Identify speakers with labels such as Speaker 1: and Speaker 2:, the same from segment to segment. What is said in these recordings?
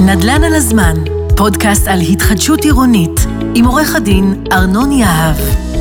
Speaker 1: נדל"ן על הזמן, פודקאסט על התחדשות עירונית, עם עורך הדין ארנון יהב.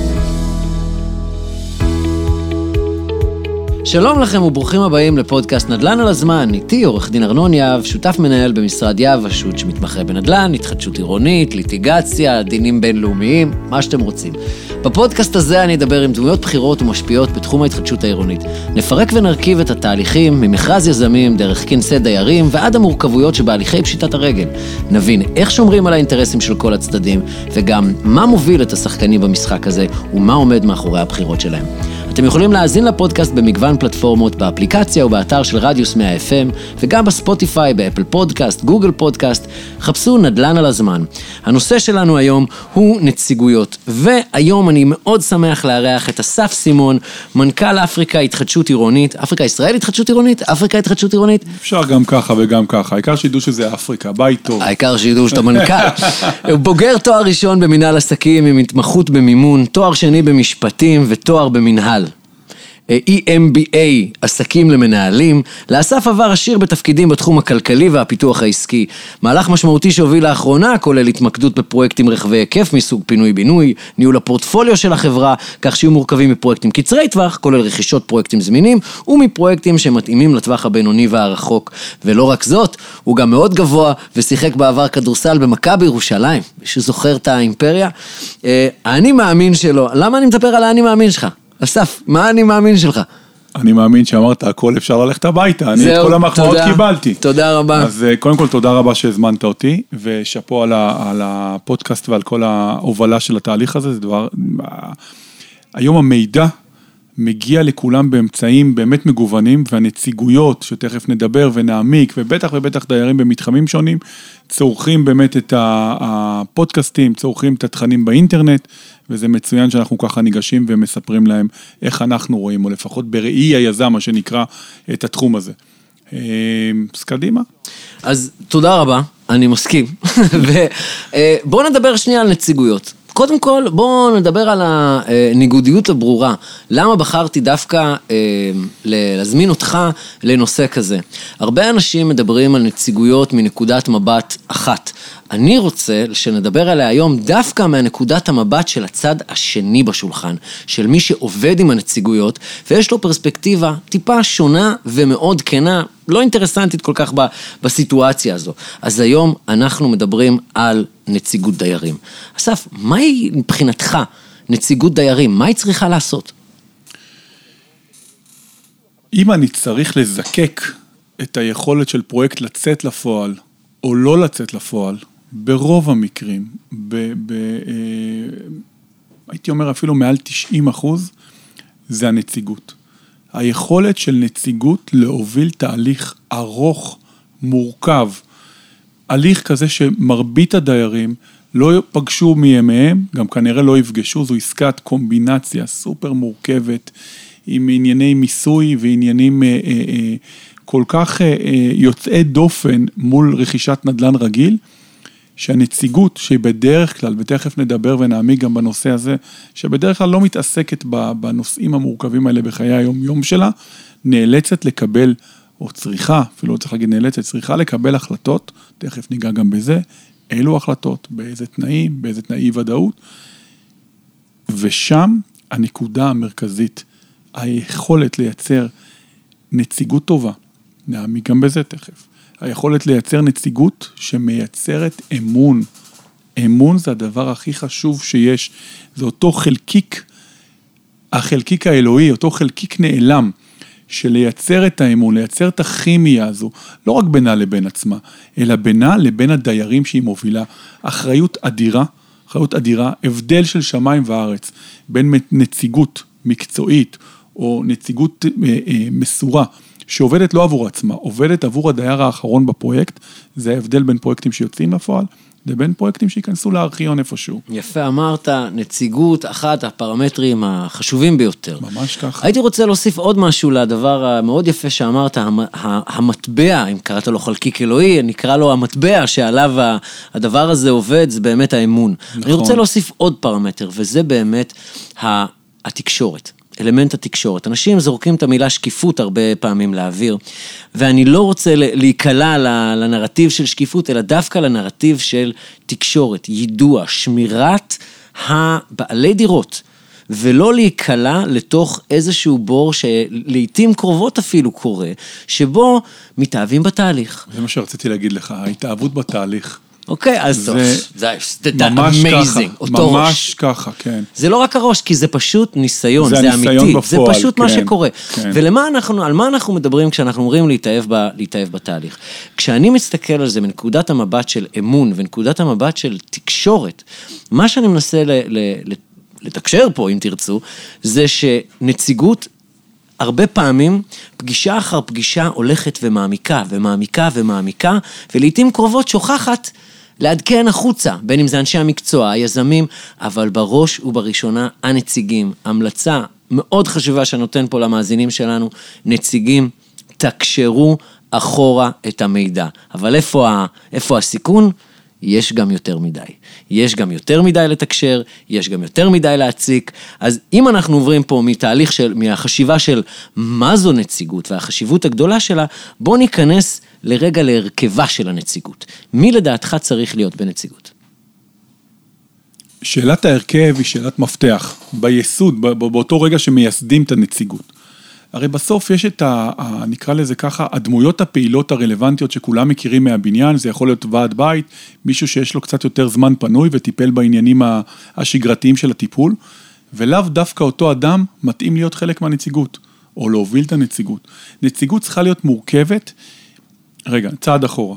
Speaker 2: שלום לכם וברוכים הבאים לפודקאסט נדל"ן על הזמן. איתי עורך דין ארנון יהב, שותף מנהל במשרד יהב השו"ת שמתמחה בנדל"ן, התחדשות עירונית, ליטיגציה, דינים בינלאומיים, מה שאתם רוצים. בפודקאסט הזה אני אדבר עם דמויות בחירות ומשפיעות בתחום ההתחדשות העירונית. נפרק ונרכיב את התהליכים ממכרז יזמים דרך כנסי דיירים ועד המורכבויות שבהליכי פשיטת הרגל. נבין איך שומרים על האינטרסים של כל הצדדים וגם מה מוביל את השחקנים במשחק הזה ומה עומד מאחורי הבחירות שלהם. אתם יכולים להאזין לפודקאסט במגוון פלטפורמות, באפליקציה ובאתר של רדיוס 100 FM, וגם בספוטיפיי, באפל פודקאסט, גוגל פודקאסט. חפשו נדל"ן על הזמן. הנושא שלנו היום הוא נציגויות, והיום אני מאוד שמח לארח את אסף סימון, מנכ"ל אפריקה התחדשות עירונית. אפריקה ישראל התחדשות עירונית? אפריקה התחדשות עירונית?
Speaker 3: אפשר גם ככה וגם ככה. העיקר שידעו שזה אפריקה, בית טוב.
Speaker 2: העיקר שידעו שאתה מנכ"ל. הוא בוגר תואר ראשון במנהל עסקים עם התמחות במימון, תואר שני במשפטים ותואר במנהל. EMBA, עסקים למנהלים. לאסף עבר עשיר בתפקידים בתחום הכלכלי והפיתוח העסקי. מהלך משמעותי שהוביל לאחרונה כולל התמקדות בפרויקטים רחבי היקף מסוג פינוי-בינוי, ניהול הפורטפוליו של החברה, כך שיהיו מורכבים מפרויקטים קצרי טווח, כולל רכישות פרויקטים זמינים, ומפרויקטים שמתאימים לטווח הבינוני והרחוק. ולא רק זאת, הוא גם מאוד גבוה ושיחק בעבר כדורסל במכבי ירושלים, שזוכר את האימפריה. אני מאמין שלו. למה אני מדבר על האני מאמין שלך? אסף, מה אני מאמין שלך?
Speaker 3: אני מאמין שאמרת, הכל אפשר ללכת הביתה, אני את כל המחמאות קיבלתי.
Speaker 2: תודה רבה.
Speaker 3: אז קודם כל תודה רבה שהזמנת אותי, ושפו על הפודקאסט ועל כל ההובלה של התהליך הזה, זה דבר, היום המידע מגיע לכולם באמצעים באמת מגוונים, והנציגויות שתכף נדבר ונעמיק, ובטח דיירים במתחמים שונים, צורכים באמת את הפודקאסטים, צורכים את התכנים באינטרנט, וזה מצוין שאנחנו ככה ניגשים ומספרים להם איך אנחנו רואים, או לפחות בראי היזם, מה שנקרא, את התחום הזה. אז קדימה.
Speaker 2: אז תודה רבה, אני מסכים. ובואו נדבר שנייה על נציגויות. קודם כל, בואו נדבר על הניגודיות הברורה. למה בחרתי דווקא להזמין אותך לנושא כזה? הרבה אנשים מדברים על נציגויות מנקודת מבט אחת. אני רוצה שנדבר עליה היום דווקא מהנקודת המבט של הצד השני בשולחן, של מי שעובד עם הנציגויות, ויש לו פרספקטיבה טיפה שונה ומאוד כנה, לא אינטרסנטית כל כך בסיטואציה הזו. אז היום אנחנו מדברים על נציגות דיירים. אסף, מהי מבחינתך נציגות דיירים? מה היא צריכה לעשות?
Speaker 3: אם אני צריך לזקק את היכולת של פרויקט לצאת לפועל, או לא לצאת לפועל, ברוב המקרים, הייתי אומר אפילו מעל 90%, זה הנציגות. היכולת של נציגות להוביל תהליך ארוך, מורכב, הליך כזה שמרבית הדיירים לא פגשו מימיהם, גם כנראה לא יפגשו, זו עסקת קומבינציה סופר מורכבת, עם ענייני מיסוי ועניינים כל כך יוצאי דופן מול רכישת נדל"ן רגיל, שהנציגות שהיא בדרך כלל, ותכף נדבר ונעמיק גם בנושא הזה, שבדרך כלל לא מתעסקת בנושאים המורכבים האלה בחיי היום-יום שלה, נאלצת לקבל, או צריכה, אפילו לא צריך להגיד נאלצת, צריכה לקבל החלטות, תכף ניגע גם בזה, אילו החלטות, באיזה תנאים, באיזה תנאי ודאות, ושם הנקודה המרכזית, היכולת לייצר נציגות טובה, נעמיק גם בזה תכף, היכולת לייצר נציגות שמייצרת אמון. אמון זה הדבר הכי חשוב שיש. זה אותו חלקיק, החלקיק האלוהי, אותו חלקיק נעלם, של לייצר את האמון, לייצר את הכימיה הזו, לא רק בינה לבין עצמה, אלא בינה לבין הדיירים שהיא מובילה. אחריות אדירה, הבדל של שמיים וארץ, בין נציגות מקצועית, או נציגות מסורה, שעובדת לא עבור עצמה, עובדת עבור הדייר האחרון בפרויקט, זה ההבדל בין פרויקטים שיוצאים לפועל, לבין פרויקטים שיכנסו לארכיון איפשהו.
Speaker 2: יפה אמרת, נציגות, אחת הפרמטרים החשובים ביותר.
Speaker 3: ממש ככה.
Speaker 2: הייתי רוצה להוסיף עוד משהו לדבר המאוד יפה שאמרת, המטבע, אם קראת לו חלקיק אלוהי, נקרא לו המטבע שעליו הדבר הזה עובד, זה באמת האמון. נכון. אני רוצה להוסיף עוד פרמטר, וזה באמת התקשורת. אלמנט התקשורת. אנשים זורקים את המילה שקיפות הרבה פעמים לאוויר, ואני לא רוצה להיקלע לנרטיב של שקיפות, אלא דווקא לנרטיב של תקשורת, יידוע, שמירת הבעלי דירות, ולא להיקלע לתוך איזשהו בור שלעיתים קרובות אפילו קורה, שבו מתאהבים בתהליך.
Speaker 3: זה מה שרציתי להגיד לך, ההתאהבות בתהליך.
Speaker 2: אוקיי, אז זה
Speaker 3: ממש ככה,
Speaker 2: אותו
Speaker 3: ממש ככה, כן.
Speaker 2: זה לא רק הראש, כי זה פשוט ניסיון, זה
Speaker 3: הניסיון
Speaker 2: אמיתי,
Speaker 3: בפועל,
Speaker 2: זה פשוט
Speaker 3: כן,
Speaker 2: מה שקורה.
Speaker 3: כן.
Speaker 2: על מה אנחנו מדברים כשאנחנו אומרים להתאהב בתהליך? כשאני מסתכל על זה מנקודת המבט של אמון ונקודת המבט של תקשורת, מה שאני מנסה לתקשר פה, אם תרצו, זה שנציגות הרבה פעמים, פגישה אחר פגישה הולכת ומעמיקה, ומעמיקה ומעמיקה, ולעיתים קרובות שוכחת לעדכן החוצה, בין אם זה אנשי המקצוע, היזמים, אבל בראש ובראשונה הנציגים. המלצה מאוד חשובה שנותן פה למאזינים שלנו, נציגים, תקשרו אחורה את המידע. אבל איפה הסיכון? יש גם יותר מדי. יש גם יותר מדי לתקשר, יש גם יותר מדי להציק. אז אם אנחנו עוברים פה מהחשיבה של מה זו נציגות והחשיבות הגדולה שלה, בוא ניכנס לרגע להרכבה של הנציגות. מי לדעתך צריך להיות בנציגות?
Speaker 3: שאלת ההרכב היא שאלת מפתח. ביסוד, באותו רגע שמייסדים את הנציגות. הרי בסוף יש נקרא לזה ככה, הדמויות הפעילות הרלוונטיות שכולם מכירים מהבניין, זה יכול להיות ועד בית, מישהו שיש לו קצת יותר זמן פנוי וטיפל בעניינים השגרתיים של הטיפול, ולאו דווקא אותו אדם מתאים להיות חלק מהנציגות, או להוביל את הנציגות. נציגות צריכה להיות מורכבת, רגע, צעד אחורה.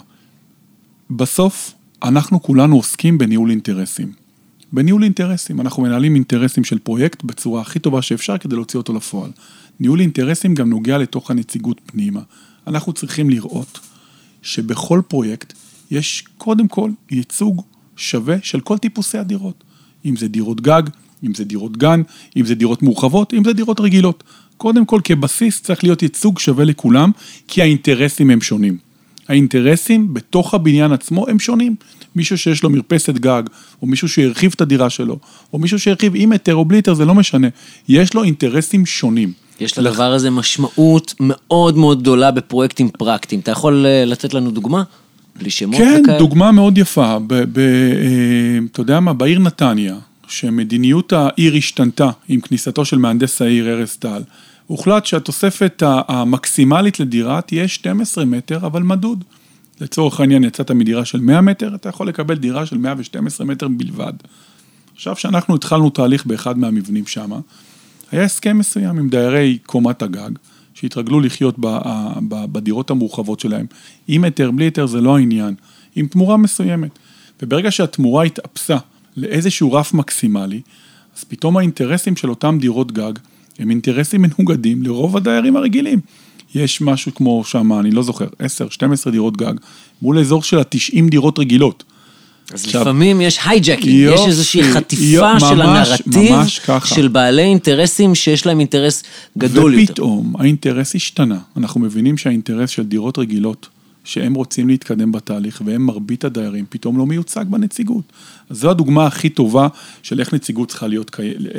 Speaker 3: בסוף, אנחנו כולנו עוסקים בניהול אינטרסים. בניהול אינטרסים, אנחנו מנהלים אינטרסים של פרויקט בצורה הכי טובה שאפשר כדי להוציא אותו לפועל. ניהול אינטרסים גם נוגע לתוך הנציגות פנימה. אנחנו צריכים לראות שבכל פרויקט יש קודם כל ייצוג שווה של כל טיפוסי הדירות. אם זה דירות גג, אם זה דירות גן, אם זה דירות מורחבות, אם זה דירות רגילות. קודם כל כבסיס צריך להיות ייצוג שווה לכולם, כי האינטרסים הם שונים. האינטרסים בתוך הבניין עצמו הם שונים. מישהו שיש לו מרפסת גג, או מישהו שהרחיב את הדירה שלו, או מישהו שהרחיב עם היתר או בלי היתר, זה לא משנה. יש לו אינטרסים שונים.
Speaker 2: יש לדבר הזה משמעות מאוד מאוד גדולה בפרויקטים פרקטיים. אתה יכול לתת לנו דוגמה? בלי שמות
Speaker 3: כן,
Speaker 2: וכאלה?
Speaker 3: דוגמה מאוד יפה. אתה יודע מה? בעיר נתניה, שמדיניות העיר השתנתה עם כניסתו של מהנדס העיר ארז טל, הוחלט שהתוספת המקסימלית לדירה תהיה 12 מטר, אבל מדוד. לצורך העניין יצאת מדירה של 100 מטר, אתה יכול לקבל דירה של 112 מטר בלבד. עכשיו שאנחנו התחלנו תהליך באחד מהמבנים שם, היה הסכם מסוים עם דיירי קומת הגג, שהתרגלו לחיות בדירות המורחבות שלהם. עם היתר, בלי היתר זה לא העניין, עם תמורה מסוימת. וברגע שהתמורה התאפסה לאיזשהו רף מקסימלי, אז פתאום האינטרסים של אותם דירות גג, הם אינטרסים מנוגדים לרוב הדיירים הרגילים. יש משהו כמו שם, אני לא זוכר, 10-12 דירות גג, מול אזור של 90 דירות רגילות.
Speaker 2: אז לפעמים יש הייג'קינג, יש איזושהי חטיפה של הנרטיב של בעלי אינטרסים שיש להם אינטרס גדול יותר.
Speaker 3: ופתאום האינטרס השתנה. אנחנו מבינים שהאינטרס של דירות רגילות, שהם רוצים להתקדם בתהליך, והם מרבית הדיירים, פתאום לא מיוצג בנציגות. אז זו הדוגמה הכי טובה של איך נציגות צריכה להיות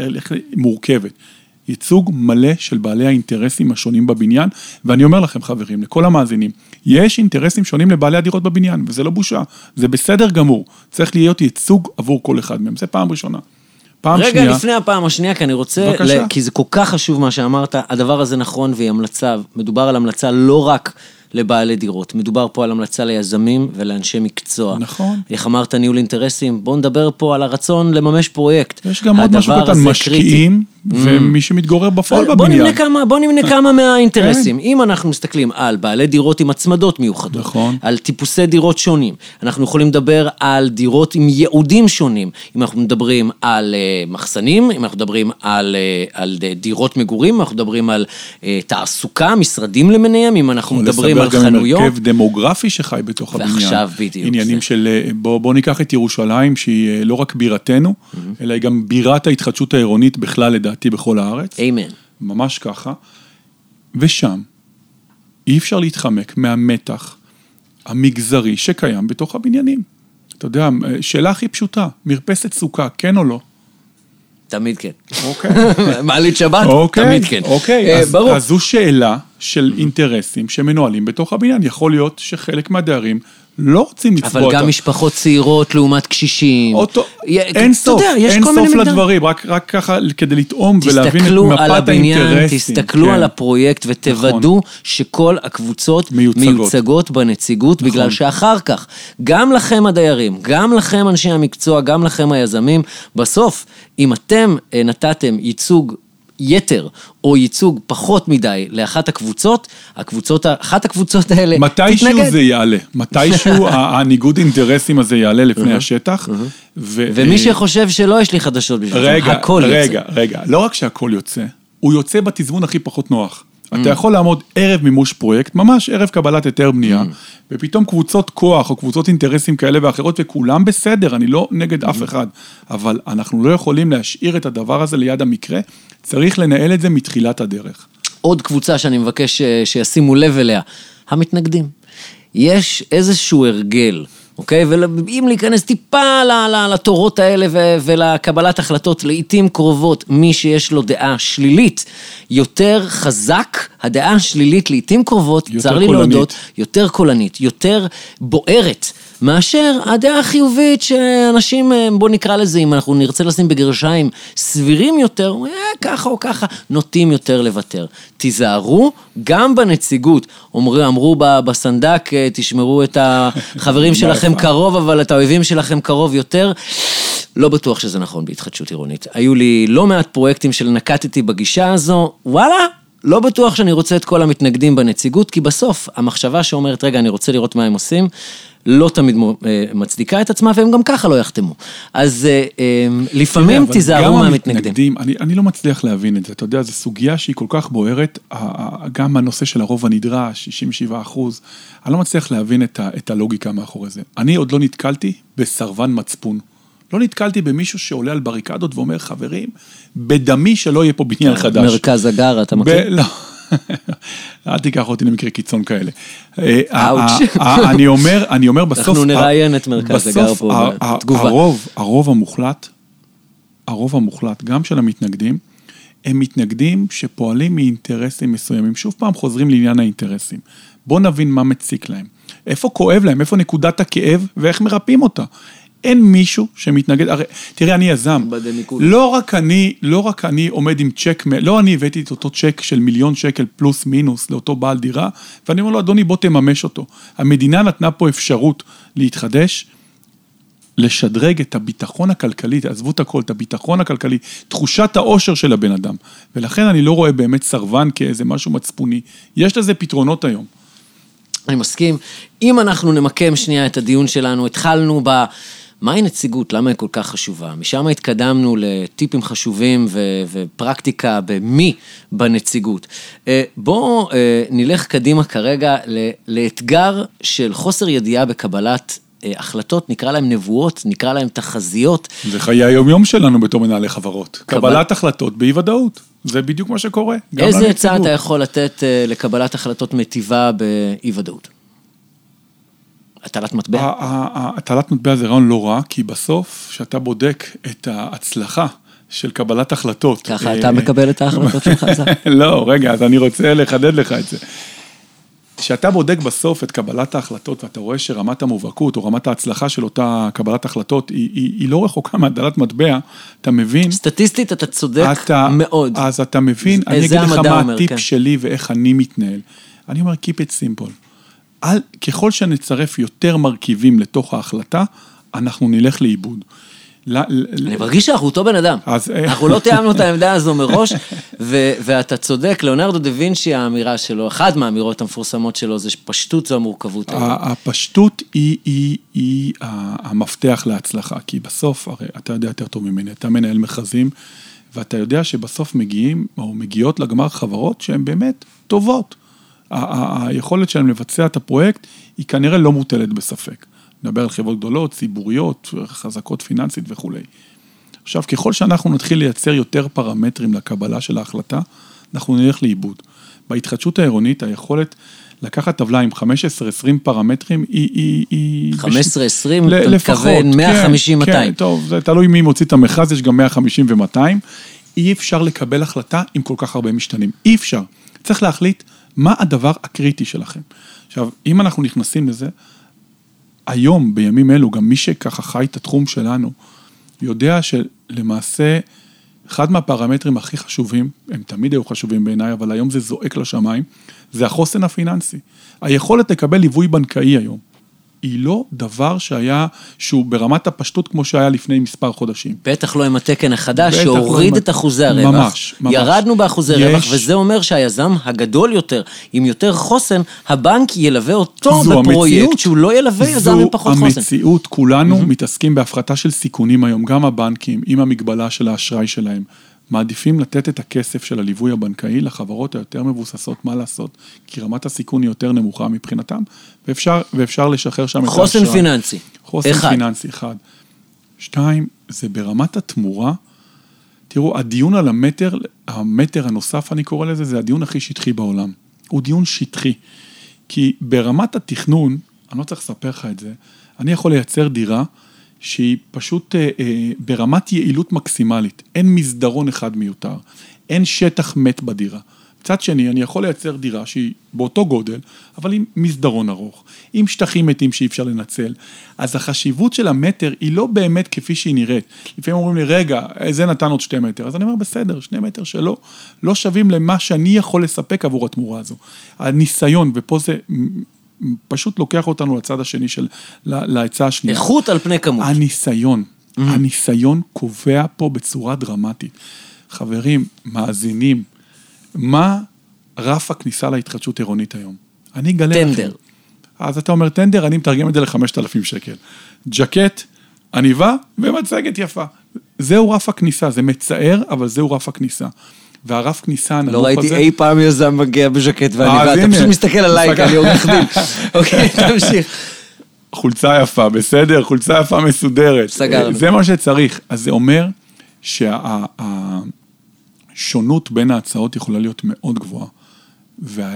Speaker 3: מורכבת. ייצוג מלא של בעלי האינטרסים השונים בבניין, ואני אומר לכם חברים, לכל המאזינים, יש אינטרסים שונים לבעלי הדירות בבניין, וזה לא בושה, זה בסדר גמור, צריך להיות ייצוג עבור כל אחד מהם, זה פעם ראשונה.
Speaker 2: רגע, לפני הפעם השנייה, כי אני רוצה, כי זה כל כך חשוב מה שאמרת, הדבר הזה נכון והיא המלצה, מדובר על המלצה לא רק לבעלי דירות, מדובר פה על המלצה ליזמים ולאנשי מקצוע.
Speaker 3: נכון.
Speaker 2: איך אמרת ניהול אינטרסים, בוא נדבר פה על הרצון לממש פרויקט.
Speaker 3: יש גם עוד משהו קטן, משקיעים, ומי שמתגורר בפועל בבניין.
Speaker 2: בוא נמנה כמה מהאינטרסים. אם אנחנו מסתכלים על בעלי דירות עם הצמדות מיוחדות,
Speaker 3: נכון.
Speaker 2: על טיפוסי דירות שונים, אנחנו יכולים לדבר על דירות עם ייעודים שונים, אם אנחנו מדברים על מחסנים, אם אנחנו מדברים על דירות מגורים, אם אנחנו מדברים על תעסוקה, משרדים למיניהם, אם אנחנו מדברים על חנויות.
Speaker 3: גם עם הרכב דמוגרפי שחי בתוך הבניין.
Speaker 2: ועכשיו בדיוק.
Speaker 3: עניינים של, בוא ניקח את ירושלים, שהיא לא רק בירתנו, אלא היא גם בירת ההתחדשות העירונית בכלל לדעתי בכל הארץ.
Speaker 2: אמן.
Speaker 3: ממש ככה. ושם אי אפשר להתחמק מהמתח המגזרי שקיים בתוך הבניינים. אתה יודע, שאלה הכי פשוטה, מרפסת סוכה, כן או לא?
Speaker 2: תמיד כן.
Speaker 3: אוקיי.
Speaker 2: מעלית שבת,
Speaker 3: אוקיי,
Speaker 2: תמיד כן.
Speaker 3: אוקיי,
Speaker 2: ברור.
Speaker 3: אז זו שאלה של אינטרסים שמנוהלים בתוך הבניין. יכול להיות שחלק מהדיירים לא רוצים לצבוע אותה.
Speaker 2: אבל גם משפחות צעירות לעומת קשישים.
Speaker 3: אין סוף, אין סוף לדברים, רק ככה כדי לטעום ולהבין את מפת האינטרסים.
Speaker 2: תסתכלו על הפרויקט ותוודאו שכל הקבוצות מיוצגות בנציגות, בגלל שאחר כך, גם לכם הדיירים, גם לכם אנשי המקצוע, גם לכם היזמים, בסוף, אם אתם נתתם ייצוג יתר, או ייצוג פחות מדי לאחת הקבוצות, אחת הקבוצות האלה תתנגד.
Speaker 3: מתישהו זה יעלה, מתישהו הניגוד אינטרסים הזה יעלה לפני השטח.
Speaker 2: ומי שחושב שלא, יש לי חדשות בשבילכם, הכל יוצא.
Speaker 3: רגע, לא רק שהכל יוצא, הוא יוצא בתזמון הכי פחות נוח. אתה יכול לעמוד ערב מימוש פרויקט, ממש ערב קבלת היתר בנייה, ופתאום קבוצות כוח או קבוצות אינטרסים כאלה ואחרות, וכולם בסדר, אני לא נגד אף אחד, אבל אנחנו לא יכולים להשאיר את הדבר הזה ליד המקרה, צריך לנהל את זה מתחילת הדרך.
Speaker 2: עוד קבוצה שאני מבקש שישימו לב אליה, המתנגדים. יש איזשהו הרגל, אוקיי? ואם להיכנס טיפה לתורות האלה ולקבלת החלטות, לעתים קרובות, מי שיש לו דעה שלילית, יותר חזק, הדעה השלילית לעתים קרובות, צריך לי להודות, יותר קולנית, יותר בוערת, מאשר הדעה החיובית שאנשים, בוא נקרא לזה, אם אנחנו נרצה לשים בגרשיים, סבירים יותר, ככה או ככה, נוטים יותר לוותר. תיזהרו, גם בנציגות, אמרו בסנדק, תשמרו את החברים שלכם קרוב, אבל את האויבים שלכם קרוב יותר, לא בטוח שזה נכון בהתחדשות עירונית. היו לי לא מעט פרויקטים שנקטתי בגישה הזו, וואלה, לא בטוח שאני רוצה את כל המתנגדים בנציגות, כי בסוף המחשבה שאומרת, רגע, אני רוצה לראות מה הם עושים, לא תמיד מצדיקה את עצמה, והם גם ככה לא יחתמו. אז לפעמים תיזהרו מהמתנגדים.
Speaker 3: אני לא מצליח להבין את זה, אתה יודע, זו סוגיה שהיא כל כך בוערת, גם הנושא של הרוב הנדרש, 67%, אני לא מצליח להבין את הלוגיקה מאחורי זה. אני עוד לא נתקלתי בסרבן מצפון. לא נתקלתי במישהו שעולה על בריקדות ואומר, חברים, בדמי שלא יהיה פה בניין חדש.
Speaker 2: מרכז הגר, אתה מכיר?
Speaker 3: לא. אל תיקח אותי למקרה קיצון כאלה.
Speaker 2: אאוץ'.
Speaker 3: אני אומר בסוף...
Speaker 2: אנחנו נראיין את מרכז הגר פה בתגובה.
Speaker 3: הרוב המוחלט, גם של המתנגדים, הם מתנגדים שפועלים מאינטרסים מסוימים. שוב פעם חוזרים לעניין האינטרסים. בוא נבין מה מציק להם. איפה כואב להם, איפה נקודת הכאב ואיך מרפאים אותה. אין מישהו שמתנגד, הרי, תראה, אני יזם, לא רק אני עומד עם צ'ק, לא אני הבאתי את אותו צ'ק של 1,000,000 שקל פלוס מינוס לאותו בעל דירה, ואני אומר לו, אדוני, בוא תממש אותו. המדינה נתנה פה אפשרות להתחדש, לשדרג את הביטחון הכלכלי, עזבו את הכל, את הביטחון הכלכלי, תחושת האושר של הבן אדם, ולכן אני לא רואה באמת סרבן כאיזה משהו מצפוני. יש לזה פתרונות היום.
Speaker 2: אני מסכים. אם אנחנו נמקם שנייה את הדיון שלנו, התחלנו מהי נציגות? למה היא כל כך חשובה? משם התקדמנו לטיפים חשובים ופרקטיקה במי בנציגות. בואו נלך קדימה כרגע לאתגר של חוסר ידיעה בקבלת החלטות, נקרא להם נבואות, נקרא להם תחזיות. זה
Speaker 3: חיי היום-יום שלנו בתור מנהלי חברות. קבלת החלטות באי-ודאות. זה בדיוק מה שקורה.
Speaker 2: איזה הצעה אתה יכול לתת לקבלת החלטות מטיבה באי-ודאות? הטלת מטבע?
Speaker 3: הטלת מטבע זה רעיון לא רע, כי בסוף, שאתה בודק את ההצלחה של קבלת החלטות.
Speaker 2: ככה אתה מקבל את ההחלטות שלך?
Speaker 3: לא, רגע, אז אני רוצה לחדד לך את זה. כשאתה בודק בסוף את קבלת ההחלטות, ואתה רואה שרמת המובהקות, או רמת ההצלחה של אותה קבלת החלטות, היא לא רחוקה מהטלת מטבע, אתה מבין?
Speaker 2: סטטיסטית אתה צודק מאוד.
Speaker 3: אז אתה מבין, אני אגיד לך מה הטיפ שלי ואיך אני מתנהל. אני אומר, keep it simple. ככל שנצרף יותר מרכיבים לתוך ההחלטה, אנחנו נלך לאיבוד.
Speaker 2: אני מרגיש שאנחנו אותו בן אדם. אנחנו לא תיאמנו את העמדה הזו מראש, ואתה צודק, ליאונרדו דה וינצ'י, האמירה שלו, אחת מהאמירות המפורסמות שלו, זה פשטות זו המורכבות.
Speaker 3: הפשטות היא המפתח להצלחה, כי בסוף, הרי אתה יודע יותר טוב ממני, אתה מנהל מכרזים, ואתה יודע שבסוף מגיעים, או מגיעות לגמר חברות שהן באמת טובות. היכולת שלהם לבצע את הפרויקט, היא כנראה לא מוטלת בספק. נדבר על חברות גדולות, ציבוריות, חזקות פיננסית וכו'. עכשיו, ככל שאנחנו נתחיל לייצר יותר פרמטרים לקבלה של ההחלטה, אנחנו נלך לאיבוד. בהתחדשות העירונית, היכולת לקחת טבלה עם 15-20 פרמטרים, היא
Speaker 2: 15-20, אתה מתכוון 150-200.
Speaker 3: כן, טוב, זה תלוי מי מוציא את המכרז, יש גם 150 ו-200. אי אפשר לקבל החלטה עם כל כך הרבה משתנים. אי אפשר. צריך להחליט מה הדבר הקריטי שלכם. עכשיו, אם אנחנו נכנסים לזה, היום, בימים אלו, גם מי שככה חי את התחום שלנו, יודע שלמעשה, אחד מהפרמטרים הכי חשובים, הם תמיד היו חשובים בעיניי, אבל היום זה זועק לשמיים, זה החוסן הפיננסי. היכולת לקבל ליווי בנקאי היום, היא לא דבר שהוא ברמת הפשטות כמו שהיה לפני מספר חודשים.
Speaker 2: בטח לא עם התקן החדש, שהוריד את אחוזי הרווח.
Speaker 3: ממש.
Speaker 2: ירדנו באחוזי רווח, וזה אומר שהיזם הגדול יותר, עם יותר חוסן, הבנק ילווה אותו בפרויקט, שהוא לא ילווה יזם עם פחות חוסן.
Speaker 3: זו המציאות, כולנו מתעסקים בהפחתה של סיכונים היום, גם הבנקים, עם המגבלה של האשראי שלהם. מעדיפים לתת את הכסף של הליווי הבנקאי לחברות היותר מבוססות, מה לעשות? כי רמת הסיכון היא יותר נמוכה מבחינתם, ואפשר לשחרר שם את האשראי.
Speaker 2: חוסן פיננסי.
Speaker 3: חוסן פיננסי, אחד. 2, זה ברמת התמורה. תראו, הדיון על המטר הנוסף, אני קורא לזה, זה הדיון הכי שטחי בעולם. הוא דיון שטחי. כי ברמת התכנון, אני לא צריך לספר לך את זה, אני יכול לייצר דירה, שהיא פשוט ברמת יעילות מקסימלית. אין מסדרון אחד מיותר. אין שטח מת בדירה. מצד שני, אני יכול לייצר דירה שהיא באותו גודל, אבל עם מסדרון ארוך, עם שטחים מתים שאי אפשר לנצל. אז החשיבות של המטר היא לא באמת כפי שהיא נראית. לפעמים אומרים לי, רגע, זה נתן עוד 2 מטר. אז אני אומר, בסדר, 2 מטר שלא, לא שווים למה שאני יכול לספק עבור התמורה הזו. הניסיון, ופה זה פשוט לוקח אותנו לצד השני להצעה השנייה.
Speaker 2: איכות על פני כמות.
Speaker 3: הניסיון קובע פה בצורה דרמטית. חברים, מאזינים, מה רף הכניסה להתחדשות עירונית היום? אני אגלה לכם.
Speaker 2: טנדר.
Speaker 3: אז אתה אומר טנדר, אני מתרגם את זה ל5,000 שקל. ג'קט, עניבה ומצגת יפה. זהו רף הכניסה, זה מצער, אבל זהו רף הכניסה. והרף כניסה הנמוך הזה...
Speaker 2: לא ראיתי אי פעם יזם מגיע בז'קט ועניבה, אתה פשוט מסתכל עליי, כי אני עורך דין. אוקיי, תמשיך.
Speaker 3: חולצה יפה, בסדר, חולצה יפה מסודרת.
Speaker 2: סגרנו.
Speaker 3: זה מה שצריך. אז זה אומר שהשונות בין ההצעות יכולה להיות מאוד גבוהה. ואני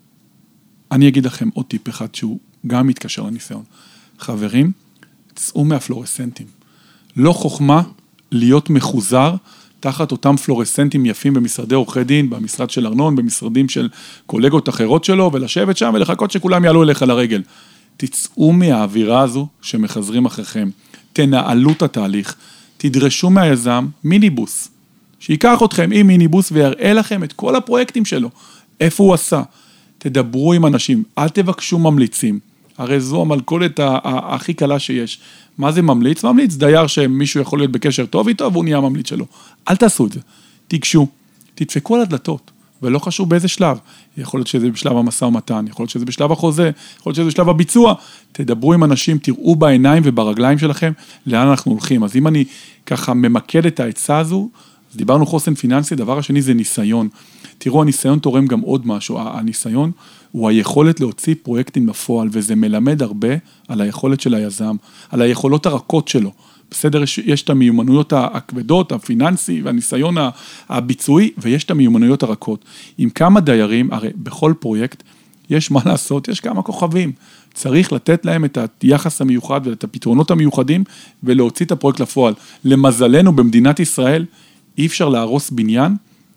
Speaker 3: אגיד לכם עוד טיפ אחד שהוא גם מתקשר לניסיון. חברים, צאו מהפלורסנטים. לא חוכמה להיות מחוזר תחת אותם פלורסנטים יפים במשרדי עורכי דין, במשרד של ארנון, במשרדים של קולגות אחרות שלו, ולשבת שם ולחכות שכולם יעלו אליך לרגל. תצאו מהאווירה הזו שמחזרים אחריכם. תנהלו את התהליך. תדרשו מהיזם מיניבוס. שיקח אתכם עם מיניבוס ויראה לכם את כל הפרויקטים שלו. איפה הוא עשה. תדברו עם אנשים. אל תבקשו ממליצים. הרי זו המלכודת הכי קלה שיש. מה זה ממליץ? ממליץ דייר שמישהו יכול להיות בקשר טוב איתו, והוא נהיה ממליץ שלו. אל תעשו את זה. תיגשו, תדפקו על הדלתות, ולא חשוב באיזה שלב. יכול להיות שזה בשלב המשא ומתן, יכול להיות שזה בשלב החוזה, יכול להיות שזה בשלב הביצוע. תדברו עם אנשים, תראו בעיניים וברגליים שלכם, לאן אנחנו הולכים. אז אם אני ככה ממקד את העצה הזו, אז דיברנו חוסן פיננסי, דבר השני זה ניסיון. תראו, הניסיון תורם גם עוד משהו. הניסיון הוא היכולת להוציא פרויקטים לפועל, וזה מלמד הרבה על היכולת של היזם, על היכולות הרכות שלו. בסדר, יש את המיומנויות הכבדות, הפיננסי והניסיון הביצועי, ויש את המיומנויות הרכות. עם כמה דיירים, הרי בכל פרויקט יש מה לעשות, יש כמה כוכבים. צריך לתת להם את היחס המיוחד ואת הפתרונות המיוחדים, ולהוציא את הפרויקט לפועל. למזלנו, במדינת ישראל, אי אפשר להרוס בניין,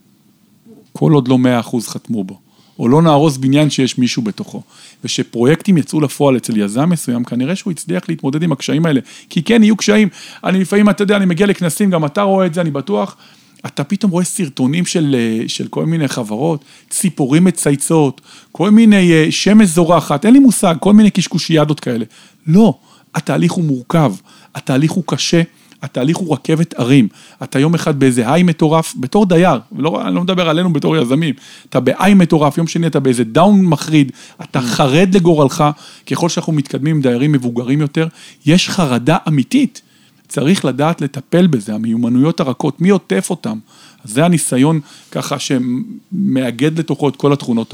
Speaker 3: כל עוד לא 100% חתמו בו. או לא נהרוס בניין שיש מישהו בתוכו. ושפרויקטים יצאו לפועל אצל יזם מסוים, כנראה שהוא הצליח להתמודד עם הקשיים האלה. כי כן, יהיו קשיים. אני לפעמים, אתה יודע, אני מגיע לכנסים, גם אתה רואה את זה, אני בטוח. אתה פתאום רואה סרטונים של כל מיני חברות, ציפורים מצייצות, כל מיני שמש זורחת, אין לי מושג, כל מיני קשקושיאדות כאלה. לא, התהליך הוא מורכב, התהליך הוא קשה, התהליך הוא רכבת ערים. אתה יום אחד באיזה היי מטורף, בתור דייר, אני לא מדבר עלינו בתור יזמים, אתה בהיי מטורף, יום שני אתה באיזה דאון מחריד, אתה חרד לגורלך, ככל שאנחנו מתקדמים עם דיירים מבוגרים יותר, יש חרדה אמיתית, צריך לדעת לטפל בזה, המיומנויות הרכות, מי עוטף אותם? אז זה הניסיון ככה שמאגד לתוכו את כל התכונות האלה.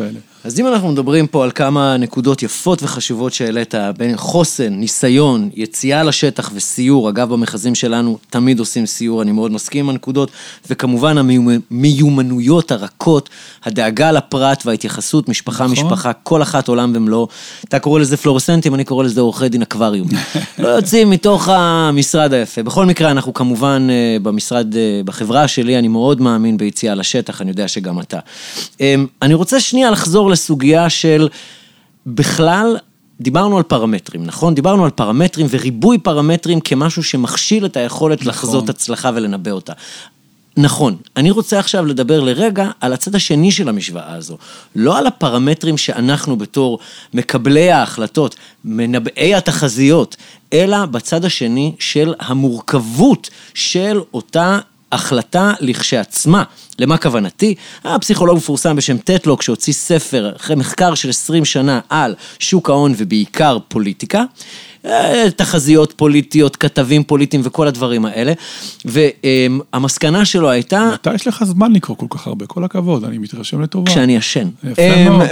Speaker 2: אז אם אנחנו מדברים פה על כמה נקודות יפות וחשובות שהעלית, בין חוסן, ניסיון, יציאה לשטח וסיור, אגב במחזים שלנו תמיד עושים סיור, אני מאוד מסכים עם הנקודות, וכמובן המיומנויות הרכות, הדאגה לפרט וההתייחסות, משפחה, כל אחת עולם ומלוא, אתה קורא לזה פלורסנטים, אני קורא לזה עורכי דין אקווריום. לא יוצאים מתוך המשרד היפה. בכל מקרה, אנחנו כמובן במשרד, בחברה שלי, אני מאוד מאמין ביציאה לשטח, אני יודע שגם אתה. אני רוצה שנייה לחזור לסוגיה של בכלל, דיברנו על פרמטרים, נכון? דיברנו על פרמטרים וריבוי פרמטרים כמשהו שמכשיל את היכולת לחזות הצלחה ולנבא אותה. נכון, אני רוצה עכשיו לדבר לרגע על הצד השני של המשוואה הזו, לא על הפרמטרים שאנחנו בתור מקבלי ההחלטות, מנבאי התחזיות, אלא בצד השני של המורכבות של אותה החלטה לכשעצמה. למה כוונתי? הפסיכולוג מפורסם בשם טטלוק, שהוציא ספר אחרי מחקר של 20 שנה על שוק ההון ובעיקר פוליטיקה, תחזיות פוליטיות, כתבים פוליטיים וכל הדברים האלה, והמסקנה שלו הייתה...
Speaker 3: מתי יש לך זמן לקרוא כל כך הרבה? כל הכבוד, אני מתרשם לטובה.
Speaker 2: כשאני ישן.
Speaker 3: יפה מאוד.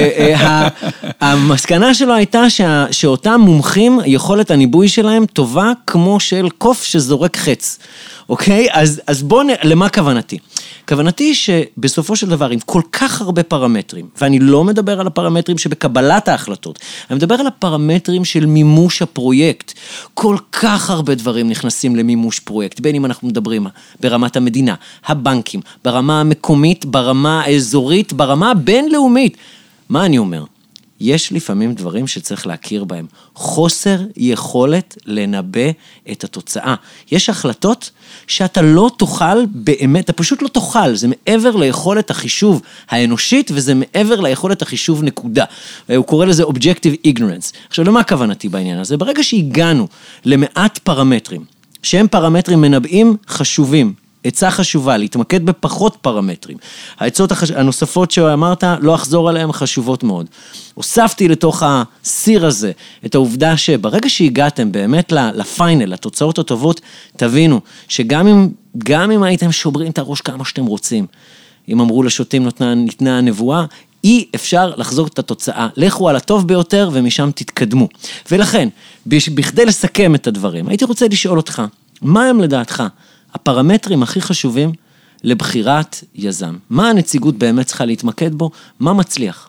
Speaker 2: והמסקנה שלו הייתה שאותם מומחים, יכולת הניבוי שלהם טובה כמו של קוף שזורק חץ. אוקיי? אז בואו למה כוונתי? כוונתי שבסופו של דבר, עם כל כך הרבה פרמטרים, ואני לא מדבר על הפרמטרים שבקבלת ההחלטות, אני מדבר על הפרמטרים של מימוש הפרויקט. כל כך הרבה דברים נכנסים למימוש פרויקט, בין אם אנחנו מדברים ברמת המדינה, הבנקים, ברמה המקומית, ברמה האזורית, ברמה הבינלאומית. מה אני אומר? יש לפעמים דברים שצריך להכיר בהם. חוסר יכולת לנבא את התוצאה. יש החלטות שאתה לא תוכל באמת, אתה פשוט לא תוכל, זה מעבר ליכולת החישוב האנושית, וזה מעבר ליכולת החישוב נקודה. הוא קורא לזה Objective Ignorance. עכשיו, למה הכוונתי בעניין הזה? ברגע שהגענו למעט פרמטרים, שהם פרמטרים מנבאים חשובים, עצה חשובה, להתמקד בפחות פרמטרים. העצות הנוספות שאמרת, לא אחזור עליהן, חשובות מאוד. הוספתי לתוך הסיר הזה את העובדה שברגע שהגעתם באמת לפיינל, לתוצאות הטובות, תבינו שגם אם הייתם שוברים את הראש כמה שאתם רוצים, אם אמרו לשוטים ניתנה הנבואה, אי אפשר לחזור את התוצאה. לכו על הטוב ביותר ומשם תתקדמו. ולכן, בכדי לסכם את הדברים, הייתי רוצה לשאול אותך, מה הם לדעתך הפרמטרים הכי חשובים לבחירת יזם? מה הנציגות באמת צריכה להתמקד בו? מה מצליח?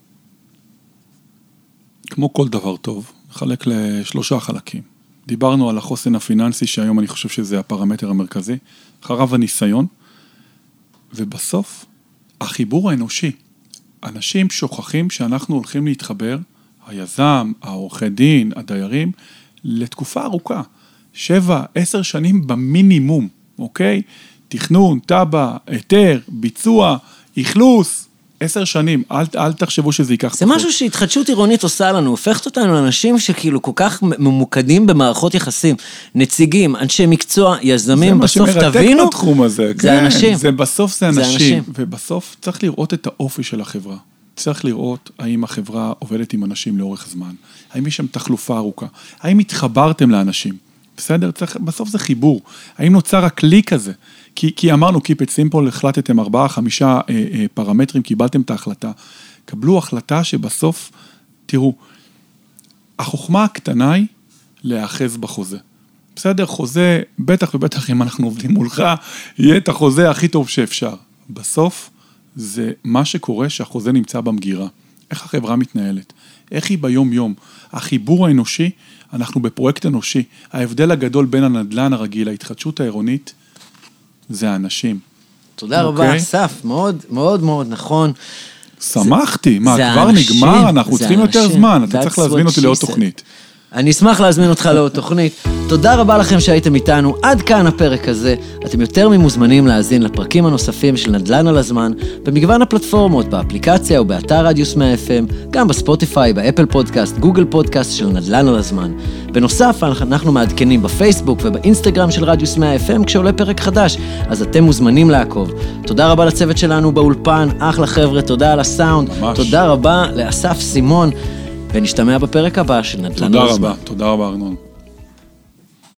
Speaker 3: כמו כל דבר טוב, נחלק לשלושה חלקים. דיברנו על החוסן הפיננסי, שהיום אני חושב שזה הפרמטר המרכזי, אחריו הניסיון, ובסוף, החיבור האנושי. אנשים שוכחים שאנחנו הולכים להתחבר, היזם, העורכי דין, הדיירים, לתקופה ארוכה. 7-10 שנים במינימום, אוקיי? תכנון, טבע, היתר, ביצוע, אכלוס, 10 שנים, אל תחשבו שזה ייקח.
Speaker 2: זה משהו שהתחדשות עירונית עושה לנו, הופכת אותנו לאנשים שכאילו כל כך ממוקדים במערכות יחסים, נציגים, אנשי מקצוע, יזמים, בסוף תבינו,
Speaker 3: זה מה שמרתק בתחום הזה,
Speaker 2: זה אנשים.
Speaker 3: בסוף זה אנשים, ובסוף צריך לראות את האופי של החברה. צריך לראות האם החברה עובדת עם אנשים לאורך זמן, האם יש שם תחלופה ארוכה, האם התחברתם לאנשים. בסדר? בסוף זה חיבור. האם נוצר הקליק הזה? כי אמרנו, keep it simple, החלטתם 4-5 פרמטרים, קיבלתם את ההחלטה. קבלו החלטה שבסוף, תראו, החוכמה הקטנה היא להאחז בחוזה. בסדר? חוזה, בטח ובטח אם אנחנו עובדים מולך, יהיה את החוזה הכי טוב שאפשר. בסוף, זה מה שקורה שהחוזה נמצא במגירה. איך החברה מתנהלת? איך היא ביום יום? החיבור האנושי, אנחנו בפרויקט אנושי. ההבדל הגדול בין הנדל"ן הרגיל, ההתחדשות העירונית, זה האנשים.
Speaker 2: תודה רבה, אסף, מאוד מאוד מאוד נכון.
Speaker 3: שמחתי, מה, כבר נגמר? אנחנו צריכים יותר זמן, אתה צריך להזמין אותי לעוד תוכנית.
Speaker 2: אני אשמח להזמין אותך לעוד תוכנית. תודה רבה לכם שהייתם איתנו. עד כאן הפרק הזה. אתם יותר ממוזמנים להאזין לפרקים הנוספים של נדל"ן על הזמן, במגוון הפלטפורמות, באפליקציה או באתר רדיוס 100 FM, גם בספוטיפיי, באפל פודקאסט, גוגל פודקאסט של נדל"ן על הזמן. בנוסף, אנחנו מעדכנים בפייסבוק ובאינסטגרם של רדיוס 100 FM כשעולה פרק חדש, אז אתם מוזמנים לעקוב. תודה רבה לצוות שלנו באולפן, אחלה חבר'ה, תודה על הסאונד. ממש. תודה רבה לאסף סימון. ונשתמע בפרק הבא של נדל"ן על הזמן.
Speaker 3: תודה רבה ארנון.